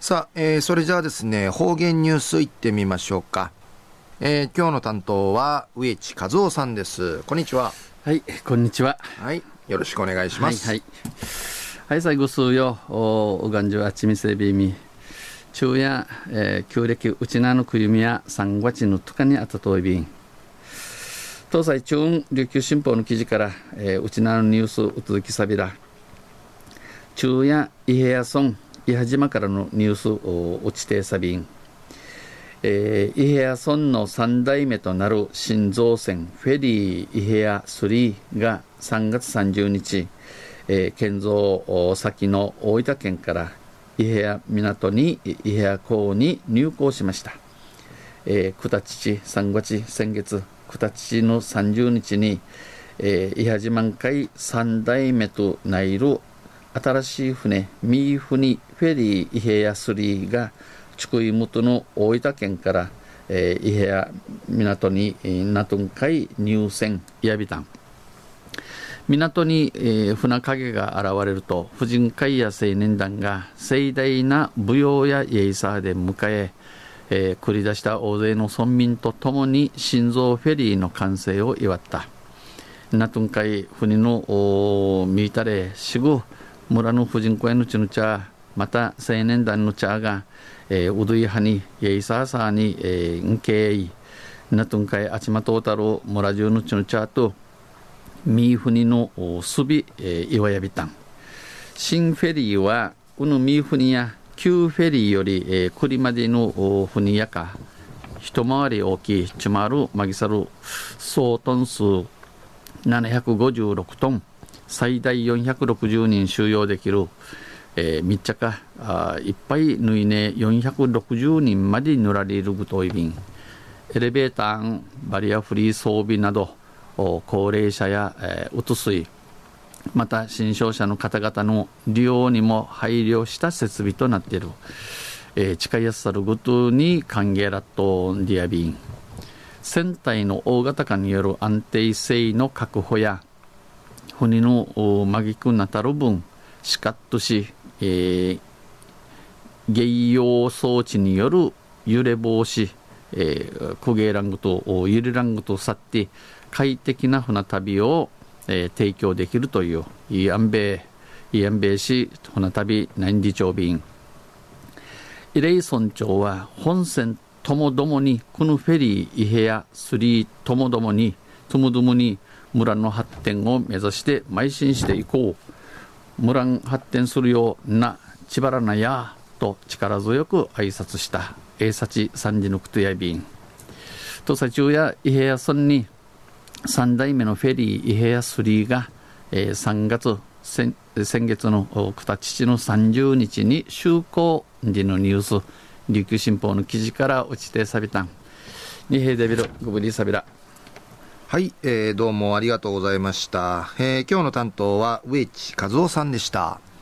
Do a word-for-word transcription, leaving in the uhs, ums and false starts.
さあ、えー、それじゃあですね、方言ニュースいってみましょうか。えー、今日の担当は植地和夫さんです。こんにちは。 はい、こんにちは。 はい、よろしくお願いします。 はい、はい、はい、最後数よおおがんじゅあちみせびみ昼夜、えー、旧暦うちなのくゆみや三月のとかにあたといびん東西中琉球新報の記事から、えー、うちなのニュースう続きさびら昼夜伊平屋村伊波島からのニュースを落ちてさびん、えー、伊平屋村の三代目となる新造船フェリー伊平屋スリーがさんがつさんじゅうにち、えー、建造先の大分県から伊平屋港に伊平屋港に入港しました。えー、九立三月先月九立のさんじゅうにちに、えー、伊波島海三代目となる新しい船ミーフニフェリー伊平屋スリーが筑井本の大分県から、えー、伊平屋港にナトン海入船イヤビタン港に、えー、船影が現れると婦人会や青年団が盛大な舞踊やイエイサーで迎ええー、繰り出した大勢の村民とともに新造フェリーの完成を祝った。ナトン海船のミータレシグ村の婦人会のちの茶また青年団の茶が、えー、うどいはにイエイサーサーに、えー、んけいナトン海あちまとうたる村中のちの茶とミーフニのすび、えー、岩やびたん新フェリーはこのミーフニや旧フェリーより、えー、クリマディの船やか一回り大きいチュマルマギサル総トン数ななひゃくごじゅうろくトン最大よんひゃくろくじゅうにん収容できる、えー、密着あいっぱい縫いねよんひゃくろくじゅうにんまで塗られるぐといびんエレベーターバリアフリー装備など高齢者や、えー、うつすいまた新商者の方々の利用にも配慮した設備となっている、えー、近いやすさるごとに歓迎ラットディアビーン船体の大型化による安定性の確保や船のまぎくなたる分しかっとし、えー、芸用装置による揺れ防止、えー、クゲーラングと揺れラングと去って快適な船旅をえー、提供できるというイアンベイイアンベイ市船旅南里町便イレイ村長は本線ともどもにこのフェリーイヘアスリーともどもにともどもに村の発展を目指して邁進していこう村が発展するようなちばらなやと力強く挨拶した英幸三時のくとや便とさ中やイヘア村にさん代目のフェリーイヘアスリーが、えー、さんがつ先, 先月のくたちのさんじゅうにちに就航時のニュース琉球新報の記事から落ちてさびたんにへいデビルグブリサビラはい、えー、どうもありがとうございました。えー、今日の担当は植地和夫さんでした。